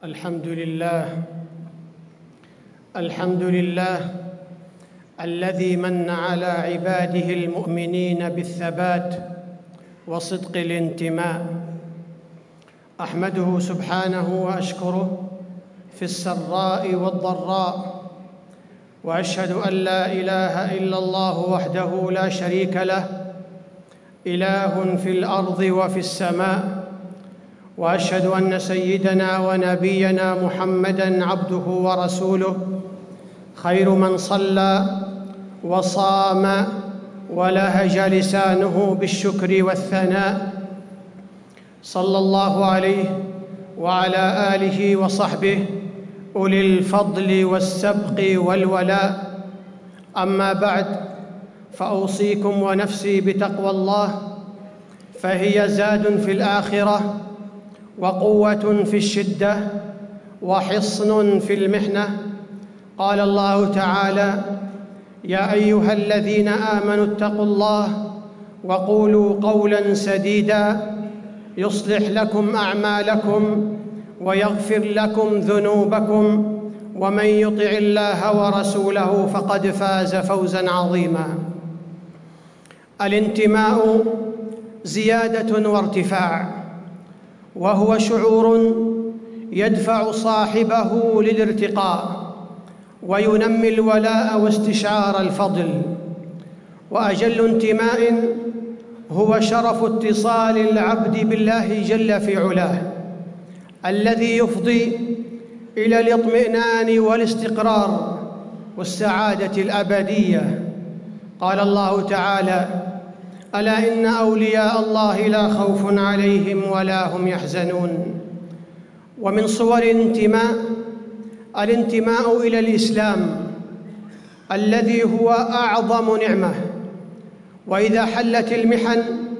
الحمد لله الذي من على عباده المؤمنين بالثبات وصدق الانتماء. أحمده سبحانه وأشكره في السراء والضراء، وأشهد أن لا إله إلا الله وحده لا شريك له، إله في الأرض وفي السماء. وأشهد أن سيدنا ونبينا محمدًا عبده ورسوله، خير من صلى وصام ولهج لسانه بالشكر والثناء، صلى الله عليه وعلى آله وصحبه أولي الفضل والسبق والولاء. أما بعد، فأوصيكم ونفسي بتقوى الله، فهي زاد في الآخرة وقوة في الشدة وحصن في المحنة. قال الله تعالى: يا أيها الذين آمنوا اتقوا الله وقولوا قولاً سديداً يصلح لكم أعمالكم ويغفر لكم ذنوبكم، ومن يطع الله ورسوله فقد فاز فوزاً عظيماً. الانتماء زيادة وارتفاع، وهو شعور يدفع صاحبه للارتقاء وينمي الولاء واستشعار الفضل. وأجل انتماء هو شرف اتصال العبد بالله جل في علاه، الذي يفضي إلى الاطمئنان والاستقرار والسعادة الأبدية. قال الله تعالى: ألا إن أولياء الله لا خوف عليهم ولا هم يحزنون. ومن صور الانتماء إلى الإسلام، الذي هو أعظم نعمة. وإذا حلت المحن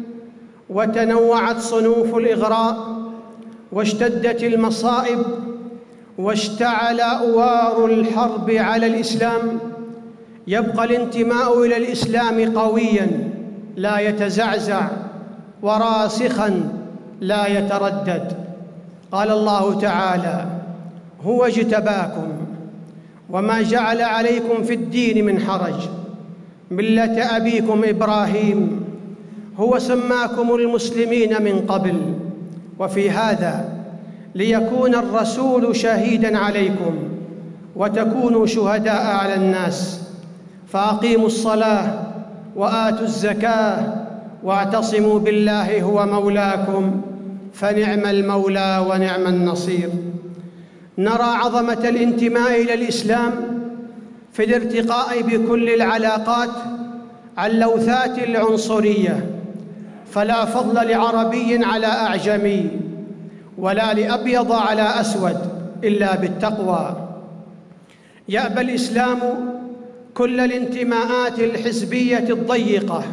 وتنوعت صنوف الإغراء واشتدت المصائب واشتعل أوار الحرب على الإسلام، يبقى الانتماء إلى الإسلام قوياً لا يتزعزع وراسخاً لا يتردد. قال الله تعالى: هو اجتباكم وما جعل عليكم في الدين من حرج، ملة أبيكم إبراهيم هو سماكم المسلمين من قبل وفي هذا ليكون الرسول شهيداً عليكم وتكونوا شهداء على الناس. فأقيموا الصلاة وآتوا الزكاة واعتصموا بالله هو مولاكم فنعم المولى ونعم النصير. نرى عظمة الانتماء إلى الإسلام في الارتقاء بكل العلاقات عن لوثات العنصرية، فلا فضل لعربي على أعجمي ولا لأبيض على أسود إلا بالتقوى. يأبى الإسلام كل الانتماءات الحزبية الضيقة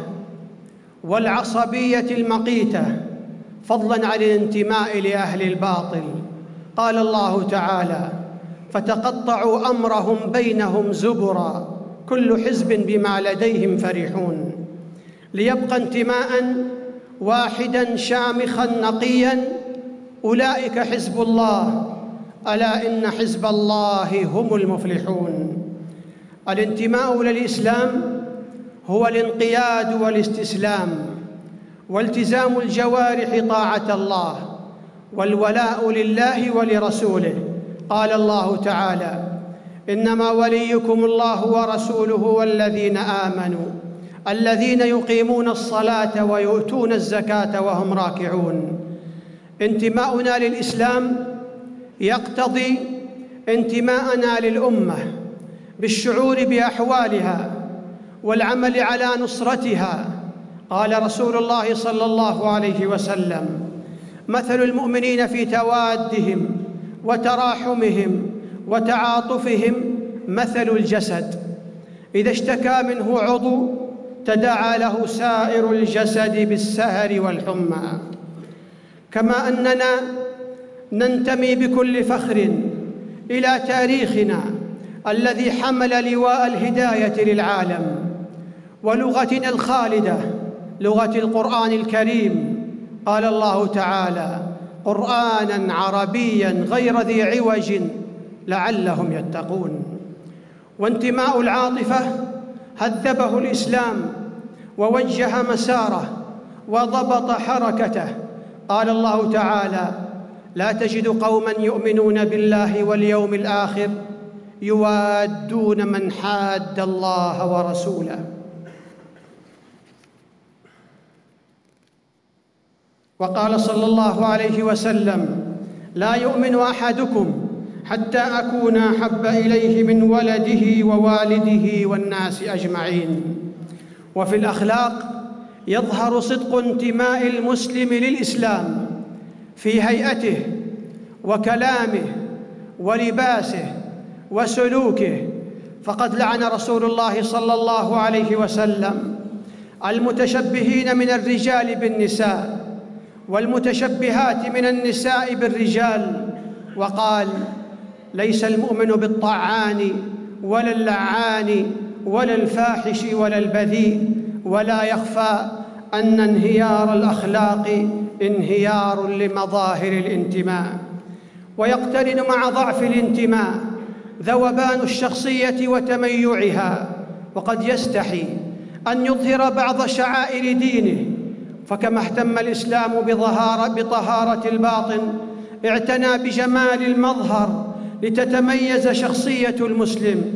والعصبية المقيتة، فضلاً عن الانتماء لأهل الباطل. قال الله تعالى: فتقطعوا أمرهم بينهم زبرا كل حزب بما لديهم فرحون. ليبقى انتماء واحداً شامخاً نقياً، أولئك حزب الله، ألا إن حزب الله هم المفلحون. الانتماء للإسلام هو الانقياد والاستسلام والتزام الجوارح طاعة الله والولاء لله ولرسوله. قال الله تعالى: إنما وليكم الله ورسوله والذين آمنوا الذين يقيمون الصلاة ويؤتون الزكاة وهم راكعون. انتماؤنا للإسلام يقتضي انتماءنا للأمة بالشعور بأحوالها والعمل على نصرتها. قال رسول الله صلى الله عليه وسلم: مثل المؤمنين في توادهم وتراحمهم وتعاطفهم مثل الجسد، إذا اشتكى منه عضو تداعى له سائر الجسد بالسهر والحمى. كما أننا ننتمي بكل فخر إلى تاريخنا الذي حمل لواء الهداية للعالم، ولغتنا الخالدة لغة القرآن الكريم. قال الله تعالى: قرآناً عربياً غير ذي عوج لعلهم يتقون. وانتماء العاطفة هذبه الإسلام ووجه مساره وضبط حركته. قال الله تعالى: لا تجد قوماً يؤمنون بالله واليوم الآخر يوادون من حاد الله ورسوله. وقال صلى الله عليه وسلم: لا يؤمن أحدكم حتى أكون أحب إليه من ولده ووالده والناس أجمعين. وفي الأخلاق يظهر صدق انتماء المسلم للإسلام في هيئته وكلامه ولباسه وسلوكه، فقد لعن رسول الله صلى الله عليه وسلم المتشبهين من الرجال بالنساء والمتشبهات من النساء بالرجال، وقال: ليس المؤمن بالطعان ولا اللعان ولا الفاحش ولا البذيء. ولا يخفى أن انهيار الأخلاق انهيار لمظاهر الانتماء، ويقترن مع ضعف الانتماء ذوبان الشخصية وتميعها، وقد يستحي أن يظهر بعض شعائر دينه. فكما اهتم الإسلام بطهارة الباطن اعتنى بجمال المظهر لتتميز شخصية المسلم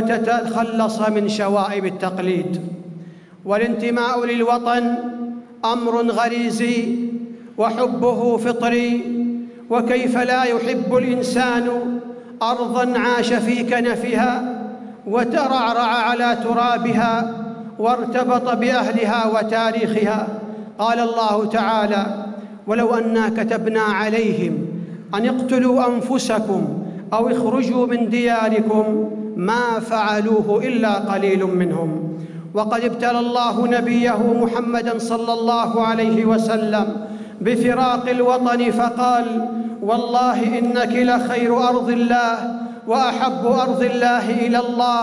وتتخلص من شوائب التقليد. والانتماء للوطن أمر غريزي وحبه فطري، وكيف لا يحب الإنسان أرضاً عاش في كنفها وترعرع على ترابها وارتبط بأهلها وتاريخها. قال الله تعالى: ولو أنا كتبنا عليهم أن اقتلوا أنفسكم أو اخرجوا من دياركم ما فعلوه إلا قليل منهم. وقد ابتلى الله نبيه محمداً صلى الله عليه وسلم بفراق الوطن فقال: والله إنك لخير أرض الله وأحب أرض الله إلى الله،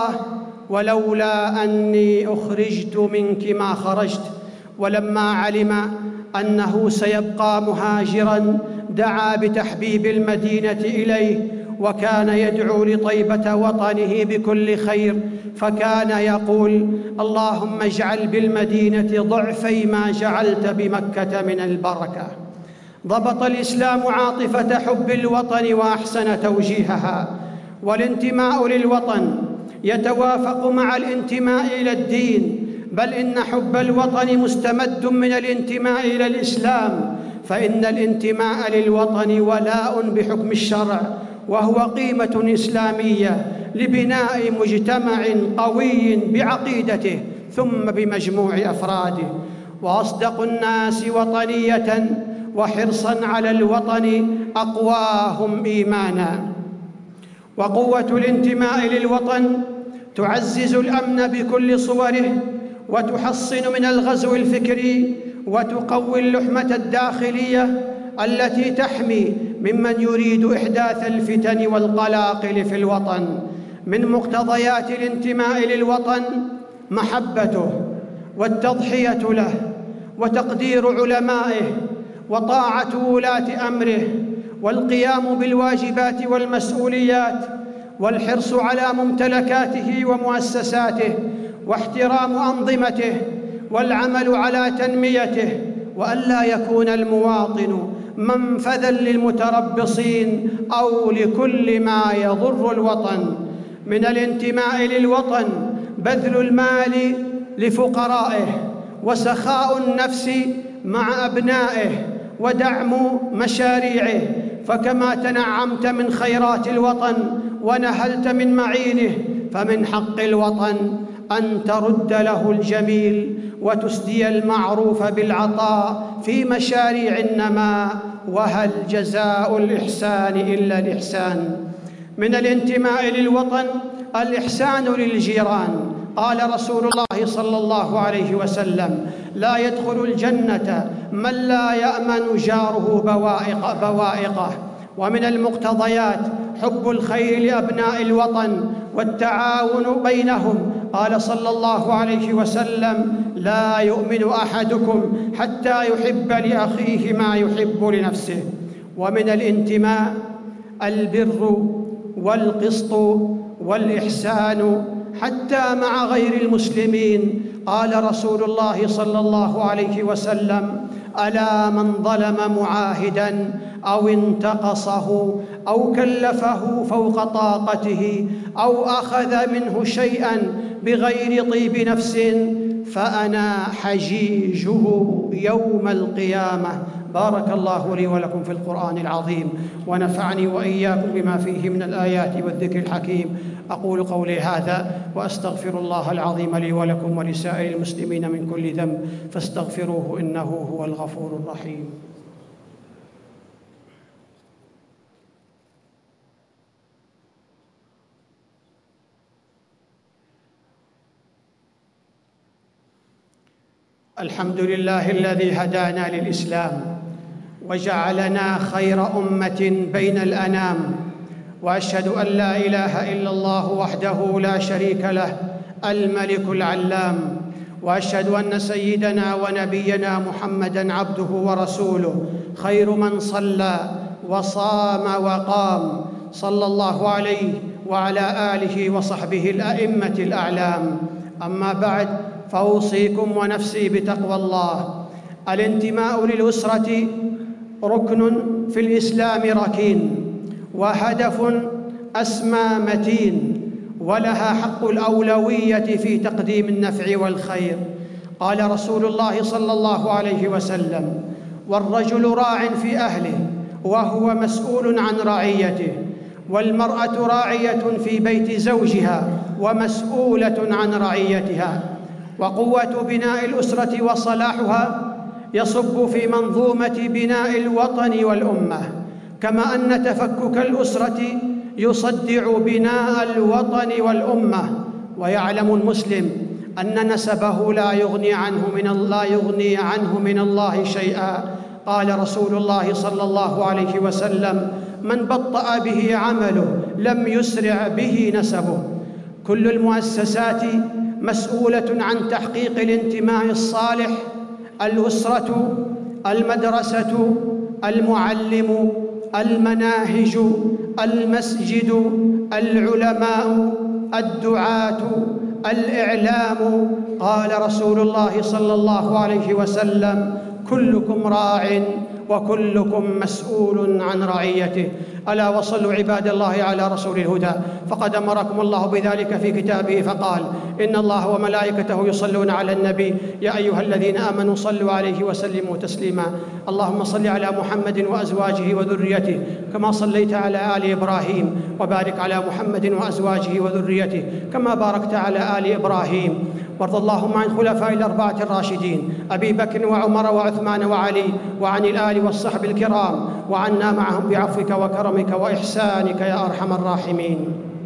ولولا أني أخرجت منك ما خرجت. ولما علم أنه سيبقى مهاجراً دعا بتحبيب المدينة إليه، وكان يدعو لطيبة وطنه بكل خير، فكان يقول: اللهم اجعل بالمدينة ضعفي ما جعلت بمكة من البركة. ضبط الإسلام عاطفة حب الوطن وأحسن توجيهها. والانتماء للوطن يتوافق مع الانتماء إلى الدين، بل إن حب الوطن مستمد من الانتماء إلى الإسلام، فإن الانتماء للوطن ولاء بحكم الشرع، وهو قيمة إسلامية لبناء مجتمع قوي بعقيدته ثم بمجموع أفراده. وأصدق الناس وطنية وحرصاً على الوطن أقواهم إيماناً. وقوة الانتماء للوطن تعزز الأمن بكل صوره، وتحصن من الغزو الفكري، وتقوي اللحمة الداخلية التي تحمي ممن يريد إحداث الفتن والقلاقل في الوطن. من مقتضيات الانتماء للوطن محبته والتضحية له وتقدير علمائه وطاعة ولاة أمره والقيام بالواجبات والمسؤوليات والحرص على ممتلكاته ومؤسساته واحترام أنظمته والعمل على تنميته، وألا يكون المواطن منفذاً للمتربصين أو لكل ما يضر الوطن. من الانتماء للوطن بذل المال لفقرائه وسخاء النفس مع أبنائه ودعم مشاريعه، فكما تنعمت من خيرات الوطن ونهلت من معينه، فمن حق الوطن أن ترد له الجميل وتسدي المعروف بالعطاء في مشاريع النماء، وهل جزاء الإحسان إلا الإحسان. من الانتماء للوطن الإحسان للجيران. قال رسول الله صلى الله عليه وسلم: لا يدخل الجنة من لا يأمن جاره بوائقه. ومن المقتضيات حب الخير لأبناء الوطن والتعاون بينهم. قال صلى الله عليه وسلم: لا يؤمن أحدكم حتى يحب لأخيه ما يحب لنفسه. ومن الانتماء البر والقسط والإحسان حتى مع غير المسلمين. قال رسول الله صلى الله عليه وسلم: ألا من ظلم معاهداً أو انتقصه أو كلفه فوق طاقته أو أخذ منه شيئاً بغير طيب نفس فأنا حجيجه يوم القيامة. بارك الله لي ولكم في القرآن العظيم، ونفعني وإياكم بما فيه من الآيات والذكر الحكيم. أقول قولي هذا وأستغفر الله العظيم لي ولكم ولسائر المسلمين من كل ذنب، فاستغفروه إنه هو الغفور الرحيم. الحمد لله الذي هدانا للإسلام وجعلنا خير أمة بين الأنام، وأشهد أن لا إله إلا الله وحده لا شريك له الملك العلام، وأشهد أن سيدنا ونبينا محمدًا عبده ورسوله خير من صلى وصام وقام، صلى الله عليه وعلى آله وصحبه الأئمة الأعلام. أما بعد، فأوصيكم ونفسي بتقوى الله. الانتماء للأسرة ركن في الإسلام ركين، وهدف أسمى متين، ولها حق الأولوية في تقديم النفع والخير. قال رسول الله صلى الله عليه وسلم: والرجل راع في أهله وهو مسؤول عن رعيته، والمرأة راعية في بيت زوجها ومسؤولة عن رعيتها. وقوة بناء الأسرة وصلاحها يصب في منظومة بناء الوطن والأمة، كما أن تفكك الأسرة يصدع بناء الوطن والأمة. ويعلم المسلم أن نسبه لا يغني عنه من الله شيئا. قال رسول الله صلى الله عليه وسلم: من بطأ به عمله لم يسرع به نسبه. كل المؤسسات مسؤولة عن تحقيق الانتماء الصالح: الأسرة، المدرسة، المعلم، المناهج، المسجد، العلماء، الدعاة، الإعلام. قال رسول الله صلى الله عليه وسلم: كلكم راع وكلكم مسؤول عن رعيته. ألا وصلوا عباد الله على رسول الهدى، فقد أمركم الله بذلك في كتابه فقال: إن الله وملائكته يصلون على النبي يا أيها الذين آمنوا صلوا عليه وسلموا تسليما. اللهم صل على محمد وأزواجه وذريته كما صليت على آل إبراهيم، وبارك على محمد وأزواجه وذريته كما باركت على آل إبراهيم. وارض اللهم عن خلفاء الأربعة الراشدين أبي بكر وعمر وعثمان وعلي، وعن الآل والصحب الكرام، وعنا معهم بعفوك وكرمك وإحسانك يا أرحم الراحمين.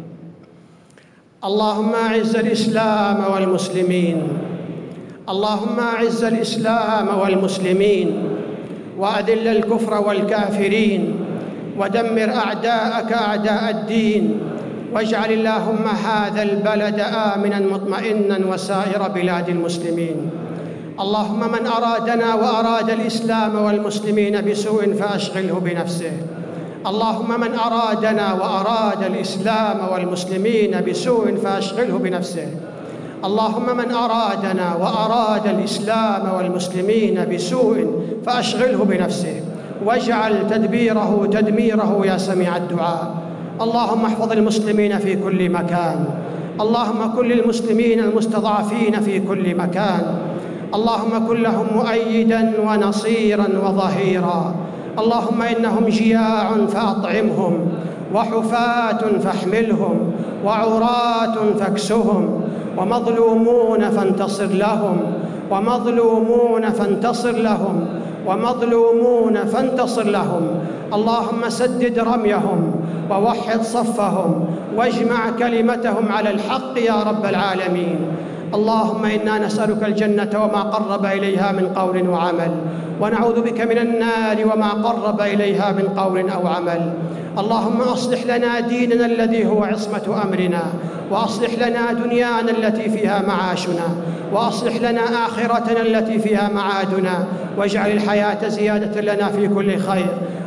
اللهم أعز الإسلام والمسلمين، اللهم أعز الإسلام والمسلمين، وأذل الكفر والكافرين، ودمر أعداءك أعداء الدين، واجعل اللهم هذا البلد آمناً مطمئناً وسائر بلاد المسلمين. اللهم من أرادنا وأراد الإسلام والمسلمين بسوء فأشغله بنفسه. اللهم من أرادنا وأراد الإسلام والمسلمين بسوء فأشغله بنفسه. اللهم من أرادنا وأراد الإسلام والمسلمين بسوء فأشغله بنفسه، واجعل تدبيره تدميره يا سميع الدعاء. اللهم احفظ المسلمين في كل مكان، اللهم كن للمسلمين المستضعفين في كل مكان، اللهم كن لهم مؤيداً ونصيراً وظهيراً. اللهم إنهم جياع فأطعمهم، وحفاة فاحملهم، وعراة فاكسهم، ومظلومون فانتصر لهم، ومظلومون فانتصر لهم، ومظلومون فانتصر لهم. اللهم سدد رميهم ووحد صفهم واجمع كلمتهم على الحق يا رب العالمين. اللهم إنا نسألك الجنة وما قرب إليها من قول وعمل، ونعوذ بك من النار وما قرب إليها من قول أو عمل. اللهم أصلح لنا ديننا الذي هو عصمة أمرنا، وأصلح لنا دنيانا التي فيها معاشنا، وأصلح لنا آخرتنا التي فيها معادنا، واجعل الحياة زيادة لنا في كل خير،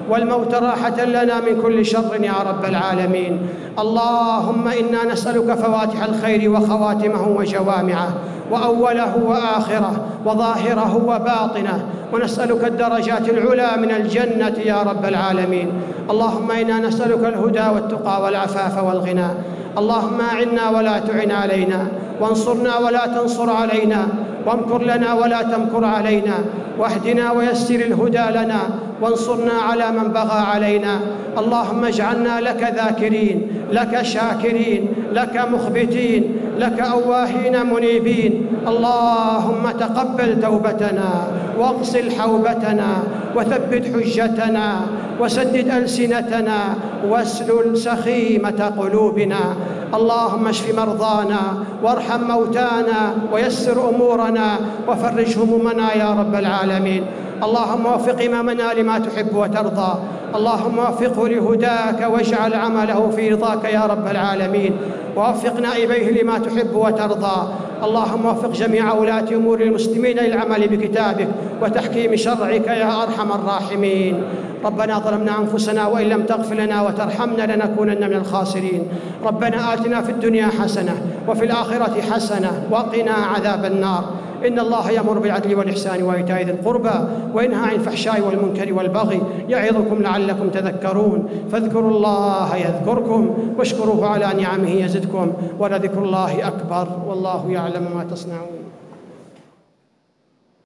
والموت راحة لنا من كل شر يا رب العالمين. اللهم إنا نسألك فواتح الخير وخواتمه وجوامعه وأوله وآخره وظاهره وباطنه، ونسألك الدرجات العلى من الجنة يا رب العالمين. اللهم إنا نسألك الهدى والتقى والعفاف والغنى. اللهم أعنا ولا تعن علينا، وانصرنا ولا تنصر علينا، وامكر لنا ولا تمكر علينا، واهدنا ويسر الهدى لنا، وانصرنا على من بغى علينا. اللهم اجعلنا لك ذاكرين، لك شاكرين، لك مخبتين، لك أواهين منيبين. اللهم تقبل توبتنا، واغسل حوبتنا، وثبت حجتنا، وسدد ألسنتنا، واسلل سخيمة قلوبنا. اللهم اشف مرضانا، وارحم موتانا، ويسر أمورنا، وفرج همومنا يا رب العالمين. اللهم وفق إمامنا لما تحب وترضى. اللهم وفقه لهداك، واجعل عمله في رضاك يا رب العالمين. ووفق نائبيه لما تحب وترضى. اللهم وفق جميع ولاة أمور المسلمين للعمل بكتابك وتحكيم شرعك يا أرحم الراحمين. ربنا ظلمنا أنفسنا وإن لم تغفر لنا وترحمنا لنكونن من الخاسرين. ربنا آتنا في الدنيا حسنة وفي الآخرة حسنة وقنا عذاب النار. إن الله يأمر بالعدل والإحسان وإيتاء ذي القربى وينهى عن الفحشاء والمنكر والبغي يعظكم لعلكم تذكرون. فاذكروا الله يذكركم واشكروه على نعمه يزدكم ولذكر الله أكبر والله يعلم ما تصنعون.